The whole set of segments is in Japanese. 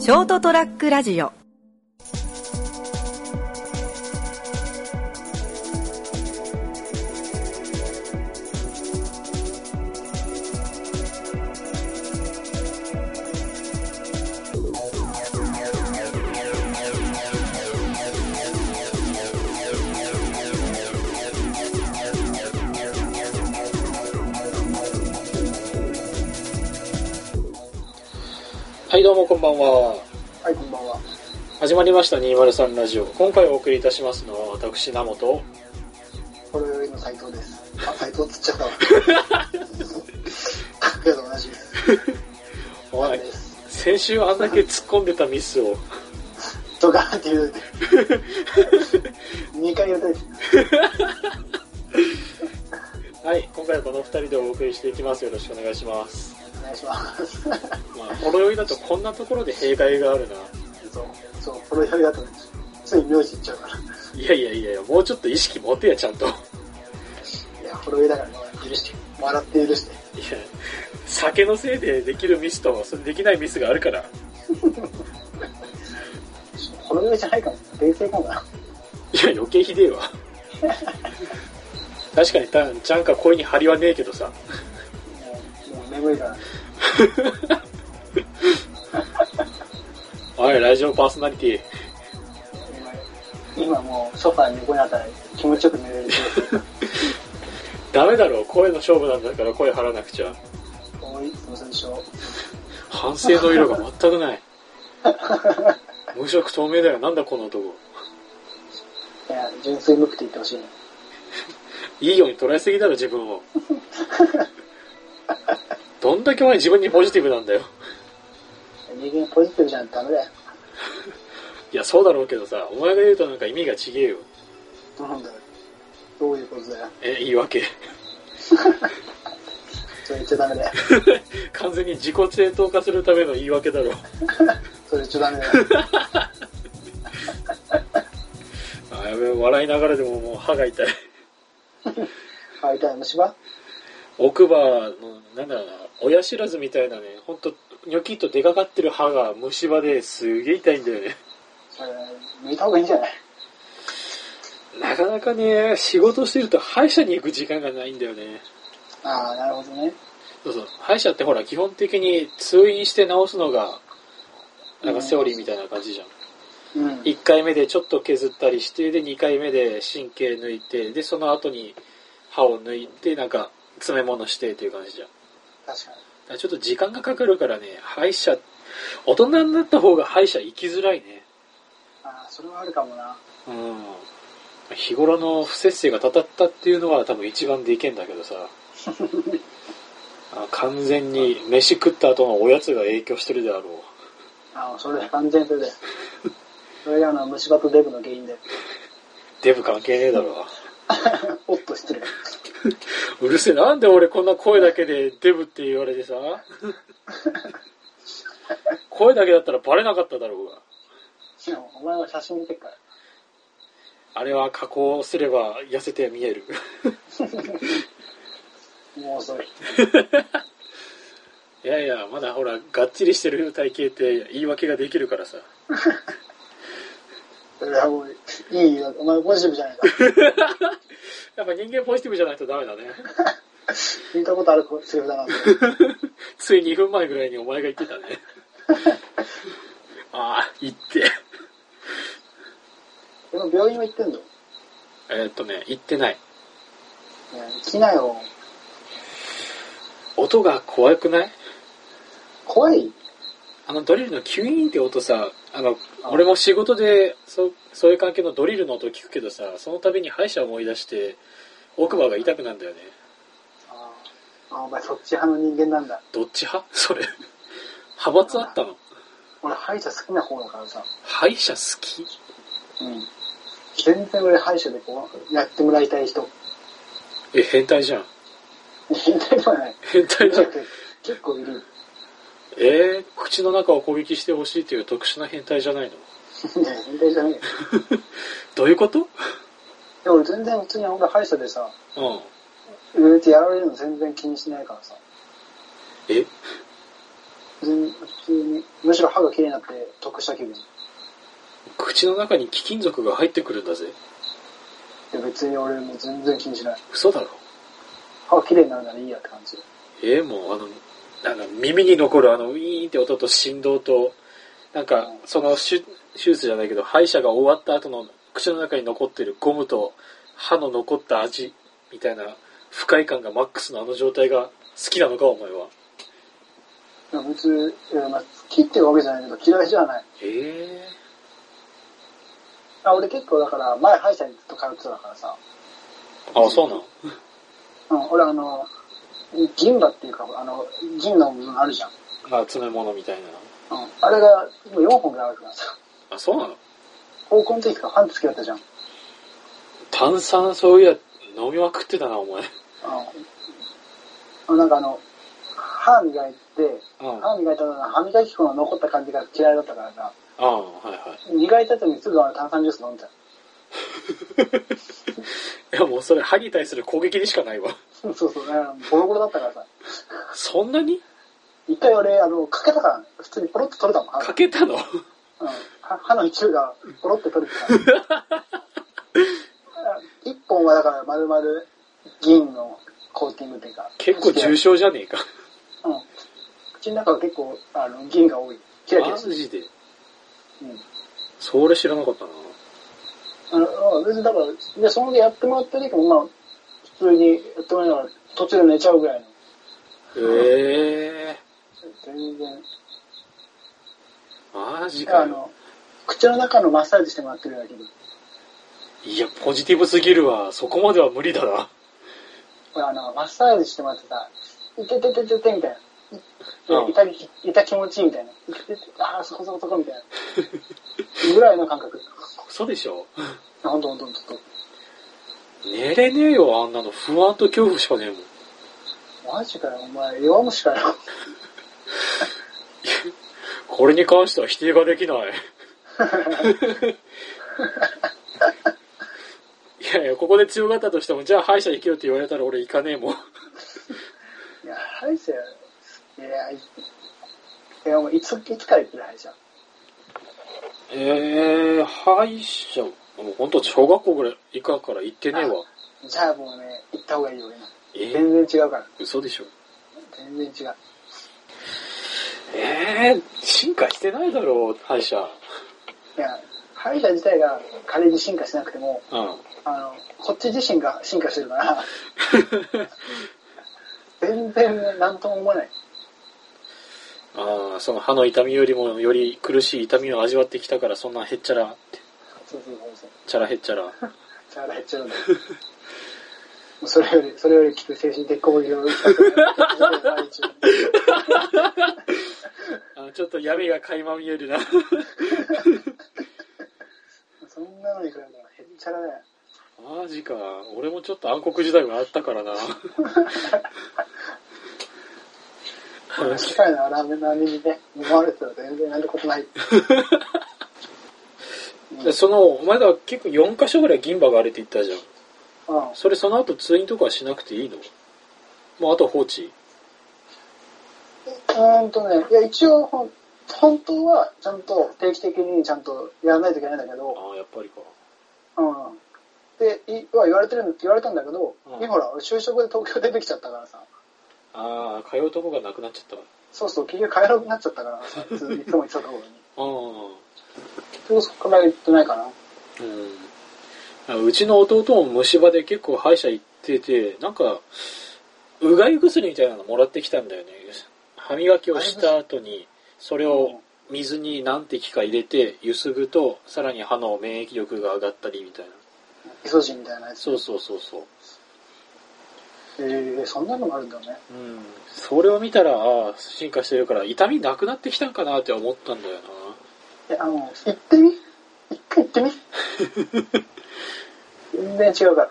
ショートトラックラジオ。 はい、どうもこんばんは。 はい、こんばんは。 始まりました203ラジオ。今回お送りいたしますのは私、名本。 ほろ酔いの斉藤です。あ、斉藤つっちゃったわ。ありがとう、同じです。 お前、先週あんだけ突っ込んでたミスを。 とかって言うて。2回言うといて。 はい、今回はこの2人でお送りしていきます。よろしくお願いします。 お願いします。 まあ、ほろ酔いだとこんなところで弊害があるな。 そう、ほろ酔いだとつい名字言っちゃうから。 いや、もうちょっと意識持てや、ちゃんと。 いや、ほろ酔いだから許して。笑って許して。 いや、酒のせいでできるミスと、それできないミスがあるから。 ほろ酔いじゃないかも。冷静かもな。 いや、余計ひでえわ。確かにちゃんか声に張りはねえけどさ。 もう眠いから。 おい、ラジオパーソナリティ。 今もうソファーに横になったら気持ちよく寝れる。 ダメだろう、声の勝負なんだから声張らなくちゃ。 そうでしょ。 反省の色が全くない。無色透明だよ、なんだこの男。 いや、純粋無垢って言ってほしいね。 いいように捉えすぎだろ、自分を。どんだけお前自分にポジティブなんだよ。 人間ポジティブじゃんとダメだよ。 いや、そうだろうけどさ、お前が言うとなんか意味がちげえよ。 なんだよ。どういうことだよ。 言い訳。 それ言っちゃダメだよ。 完全に自己正当化するための言い訳だろ。 それ言っちゃダメだよ。 あ、やべえ、笑いながらでももう歯が痛い。 歯痛い虫歯？ 奥歯の、なんだろうな、親知らずみたいなね、ほんと、ニョキッと出かかってる歯が虫歯ですげえ痛いんだよね。 抜いた方がいいんじゃない？ なかなかね、仕事してると歯医者に行く時間がないんだよね。 ああ、なるほどね。 そうそう。歯医者ってほら、基本的に通院して治すのが、なんかセオリーみたいな感じじゃん。 うん。 1回目でちょっと削ったりして、で、2回目で神経抜いて、で、その後に歯を抜いて、なんか、詰め物してっていう感じじゃん。 確かに。 だからちょっと時間がかかるからね、歯医者、大人になった方が歯医者行きづらいね。 ああ、それはあるかもな。 うん。日頃の不節制がたたったっていうのは多分一番でけんだけどさ。完全に飯食った後のおやつが影響してるであろう。 ああ、それ完全にそれで。それが虫歯とデブの原因で。 デブ関係ねえだろ。 おっと失礼。 うるせえ、なんで俺こんな声だけでデブって言われてさ。声だけだったらバレなかっただろうが。 いや、お前は写真見てっから。 あれは加工すれば痩せて見える。 もう遅い。 いやいや、まだほら、がっちりしてる体型って言い訳ができるからさ。 それはもう、いいよ。お前ポジティブじゃないか。 やっぱ人間ポジティブじゃないとダメだね。 聞いたことあるセリフだな。 つい2分前ぐらいにお前が言ってたね。ああ、言って。 でも病院は行ってんの？ 言ってない。 行きなよ。 音が怖くない？ 怖い？ ドリルのキュイーンって音さ、俺も仕事でそういう関係のドリルの音聞くけどさ、その度に歯医者を思い出して奥歯が痛くなるんだよね。 あ、お前そっち派の人間なんだ。 どっち派？それ派閥あったの？ 俺歯医者好きな方だからさ。 歯医者好き？ うん。全然俺歯医者でこうやってもらいたい人。 変態じゃん。 変態ではない。 変態じゃん。 結構いる。 口の中を攻撃してほしいという特殊な変態じゃないの？ いや、変態じゃないよ。 どういうこと？ いや、俺全然普通に俺歯医者でさ、 うん。 やられるの全然気にしないからさ。 普普通に、むしろ歯が綺麗になって得した気分。 口の中に貴金属が入ってくるんだぜ。 いや別に俺もう全然気にしない。 嘘だろ。 歯が綺麗になるならいいやって感じ。 もうなんか耳に残るウィーンって音と振動と、なんかその手術じゃないけど、歯医者が終わった後の口の中に残ってるゴムと歯の残った味みたいな不快感がマックスのあの状態が好きなのか、お前は。 いや別に、好きっていうわけじゃないけど嫌いじゃない。俺結構だから前歯医者にずっと通ってたからさ。 あ、そうなの？ 俺銀歯っていうか、銀の部分あるじゃん。 詰め物みたいな。 あれが4本ぐらいあるからさ。 あ、そうなの？ 高校の時から歯つけだったじゃん。 炭酸そういや飲みまくってたな、お前。 なんか歯磨いて、歯磨いたのが歯磨き粉の残った感じが嫌いだったからさ。 はいはい。 磨いた後にすぐ炭酸ジュース飲んじゃう。 いやもうそれ歯に対する攻撃にしかないわ。 そう、ボロボロだったからさ。 そんなに？ 一回俺、かけたから、普通にポロッと取れたもん。 かけたの？ 歯の一部がポロッと取れてた。一本はだから丸々銀のコーティングっていうか。 結構重症じゃねえか。 口の中は結構銀が多い。キラキラしてる。 マジで？それ知らなかったな。 別にだから、で、そのでやってもらった時も、普通にやってもらいながら、途中で寝ちゃうぐらいの。全然。 マジかよ。 口の中のマッサージしてもらってるだけで。 いや、ポジティブすぎるわ。そこまでは無理だな。 マッサージしてもらってさ、いてててててみたいな。痛気持ちいいみたいな。そこみたいな。ぐらいの感覚。 嘘でしょ？ ほんと。 寝れねえよ、あんなの。不安と恐怖しかねえもん。 マジかよ、お前、弱虫かよ。 これに関しては否定ができない。いや、ここで強がったとしても、じゃあ歯医者行けよって言われたら俺行かねえもん。 いや、歯医者、いつから行ってる歯医者？ 歯医者、もうほんと小学校ぐらい以下から行ってねえわ。 じゃあもうね、行った方がいいよ、俺。全然違うから。 嘘でしょ？ 全然違う。 進化してないだろう、歯医者。 いや、歯医者自体が仮に進化しなくても、こっち自身が進化してるから、全然なんとも思わない。 その歯の痛みよりもより苦しい痛みを味わってきたからそんなへっちゃらって。 そう。 チャラへっちゃら。 チャラへっちゃらだ。それよりきつい精神的攻撃を受けたちょっと闇が垣間見えるな。 そんなのに比べたらへっちゃらだよ。 マジか。俺もちょっと暗黒時代があったからな。 機械のラーメン並みにね、思われてたら全然なんてことない。 お前が結構4カ所ぐらい銀歯があるって言ったじゃん。それその後通院とかはしなくていいの？もうあと放置？ いや一応本当はちゃんと定期的にちゃんとやらないといけないんだけど。 やっぱりか。 で、言われたんだけど、ほら、就職で東京出てきちゃったからさ。 通うとこがなくなっちゃったから。 そう、結局帰らなくなっちゃったからさ、いつも行ってたところに。そこから行ってないかな。 うちの弟も虫歯で結構歯医者行ってて、なんか、うがい薬みたいなのもらってきたんだよね。歯磨きをした後に、それを水に何滴か入れて、ゆすぐと、さらに歯の免疫力が上がったりみたいな。 イソジンみたいなやつ。 そう。 そんなのもあるんだね。 それを見たら、進化してるから、痛みなくなってきたんかなって思ったんだよな。行ってみ？一回行ってみ？全然違うから。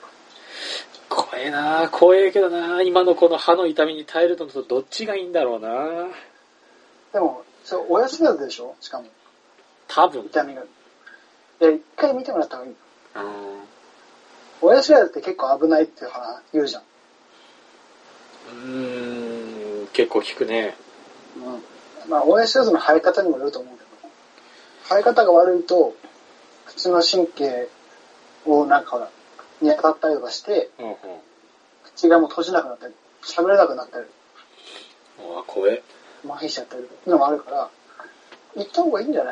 怖えけどな。今のこの歯の痛みに耐えるのとどっちがいいんだろうな。 でも、親知らずでしょ？しかも。 多分。 痛みが。いや、一回見てもらった方がいい。親知らずって結構危ないって言うじゃん。 結構聞くね。 まあ、応援シューズの生え方にもよると思うけど、生え方が悪いと、口の神経をなんかほら、に当たったりとかして、 うんうん。 口がもう閉じなくなったり、喋れなくなったり、 うわ、怖え。 麻痺しちゃったりっていうのがあるから、行った方がいいんじゃない？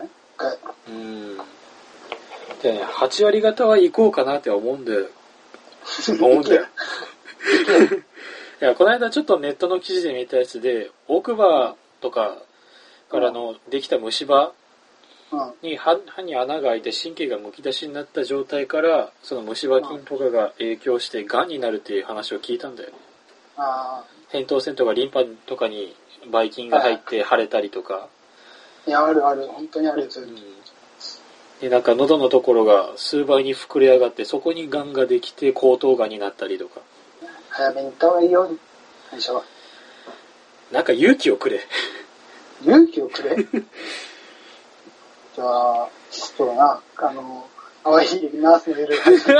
でね、8割方は行こうかなって思うんだよ。思うんだよ。いや、この間ちょっとネットの記事で見たやつで、奥歯とかからのできた虫歯に歯に穴が開いて神経がむき出しになった状態から、その虫歯菌とかが影響して癌になるっていう話を聞いたんだよね。扁桃腺とかリンパとかにばい菌が入って腫れたりとか。 いや、あるある、本当にあるよ、 で、なんか喉のところが数倍に膨れ上がって、そこに癌ができて喉頭がんになったりとか。 早めに行った方がいいよ、最初は。 なんか勇気をくれ。 勇気をくれじゃあ、そうだな、可愛いナースのいる。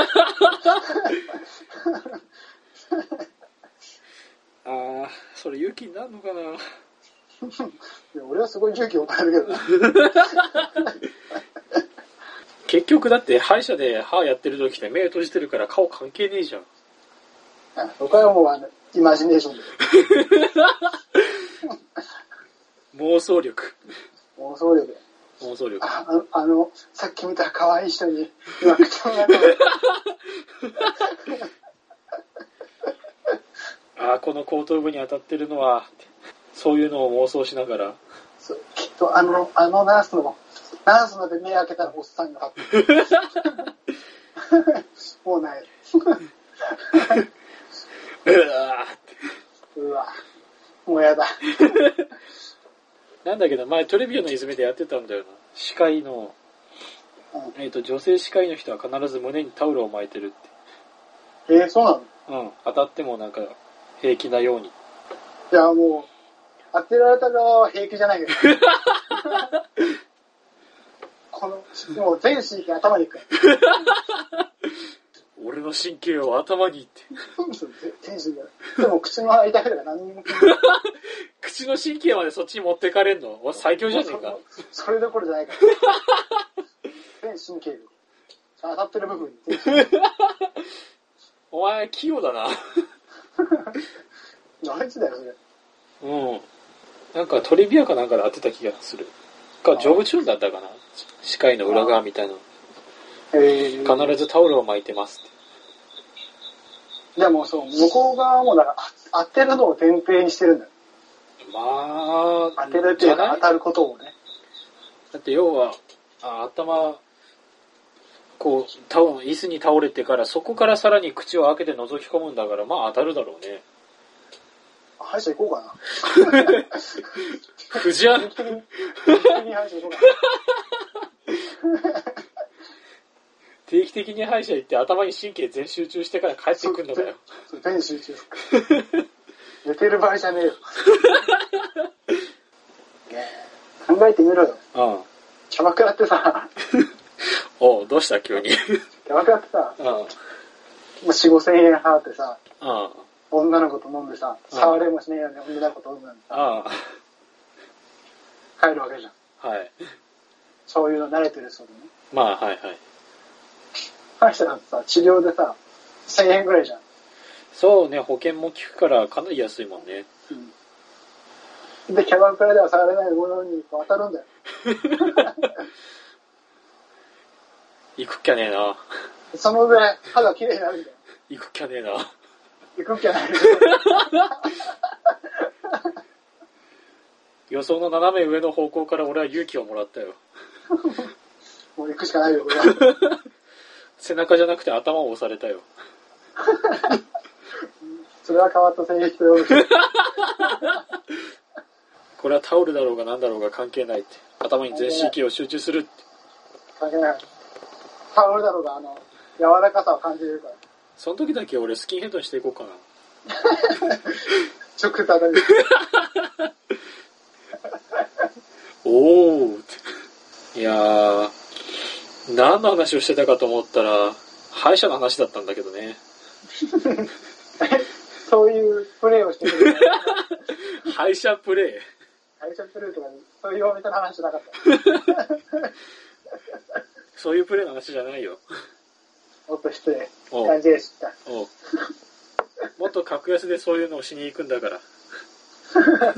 ああ、それ勇気になるのかな。 いや俺はすごい勇気をもらえるけどな。 結局だって歯医者で歯やってる時って目閉じてるから顔関係ねえじゃん。 僕はもうイマジネーションで。 妄想力。 妄想力。 妄想力。 さっき見た可愛い人に、今口の中で。 ああ、この後頭部に当たってるのは、そういうのを妄想しながら。 そうきっとナースので目開けたらおっさんが立ってる。もうない。うわ、もうやだ。 なんだけど、前トレビアの泉でやってたんだよな。歯科医の、女性歯科医の人は必ず胸にタオルを巻いてるって。 そうなの？ うん、当たってもなんか平気なように。 いや、もう、当てられた側は平気じゃないけど。もう全神経頭にいく。 俺の神経を頭にって。 全神経。でも口の開いたけど何にも。 口の神経までそっちに持ってかれんの？最強じゃねえか。 それどころじゃないから。全神経当たってる部分に。 お前器用だな。 大事だよそれ。 うん。なんかトリビアかなんかで当てた気がする。か、ジョブチューンだったかな。歯科医の裏側みたいな。必ずタオルを巻いてますって。 でもそう、向こう側もだから当てるのを前提にしてるんだよ。 まあ、 当てるっていうか当たることをね。 だって要は、頭、こう、椅子に倒れてから、そこからさらに口を開けて覗き込むんだから、まあ当たるだろうね。 歯医者行こうかな。 不じゃん。定期的に歯医者行って頭に神経全集中してから帰ってくんのかよ。 全集中。寝てる場合じゃねえよ。考えてみろよ。 うん。 キャバクラってさ。 おう、どうした急に。 キャバクラってさ、4、5千円払ってさ、女の子と飲んでさ、触れもしねえよね、女の子と飲んでさ、帰るわけじゃん。 はい。 そういうの慣れてる人でね。 まあ、はいはい。 歯医者なんてさ、治療でさ、1000円ぐらいじゃん。 そうね、保険も効くからかなり安いもんね。 で、キャバクラでは触れないものに当たるんだよ。 行くっきゃねえな。 その上、歯が綺麗になるんだよ。 行くっきゃねえな。 行くっきゃない。 予想の斜め上の方向から俺は勇気をもらったよ。 もう行くしかないよ、これは。 背中じゃなくて頭を押されたよ。 それは変わった性質よ。 これはタオルだろうが何だろうが関係ないって。頭に全神経を集中するって。 関係ない。タオルだろうが、柔らかさを感じるから。 その時だけ俺スキンヘッドにしていこうかな。 直接当たる。 おーって。いやー、何の話をしてたかと思ったら、歯医者の話だったんだけどね。 そういうプレーをしてくれる。 歯医者プレイ。 会社プレーとか、そういうお店の話じゃなかった。 そういうプレーの話じゃないよ。 もっと失礼。感じでした。 もっと格安でそういうのをしに行くんだから。 確かに。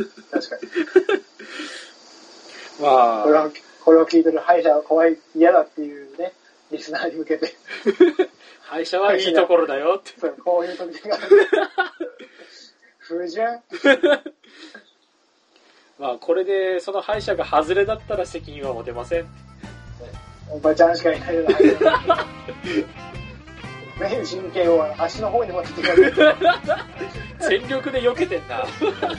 まあ。これを聞いてる歯医者は怖い、嫌だっていうね、リスナーに向けて。 歯医者はいいところだよって。 そう、こういう時が。不純。 まあ、これで、その歯医者が外れだったら責任は持てません。 おばちゃんしかいないよな。目神経を足の方に持ってきてくれる。 全力で避けてんな。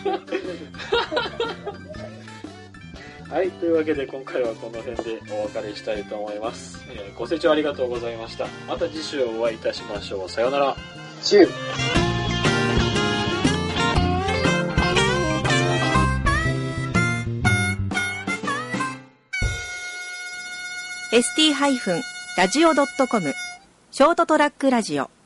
はい、というわけで今回はこの辺でお別れしたいと思います。ご清聴ありがとうございました。また次週お会いいたしましょう。さようなら。 チュー。 ST-radio.com ショートトラックラジオ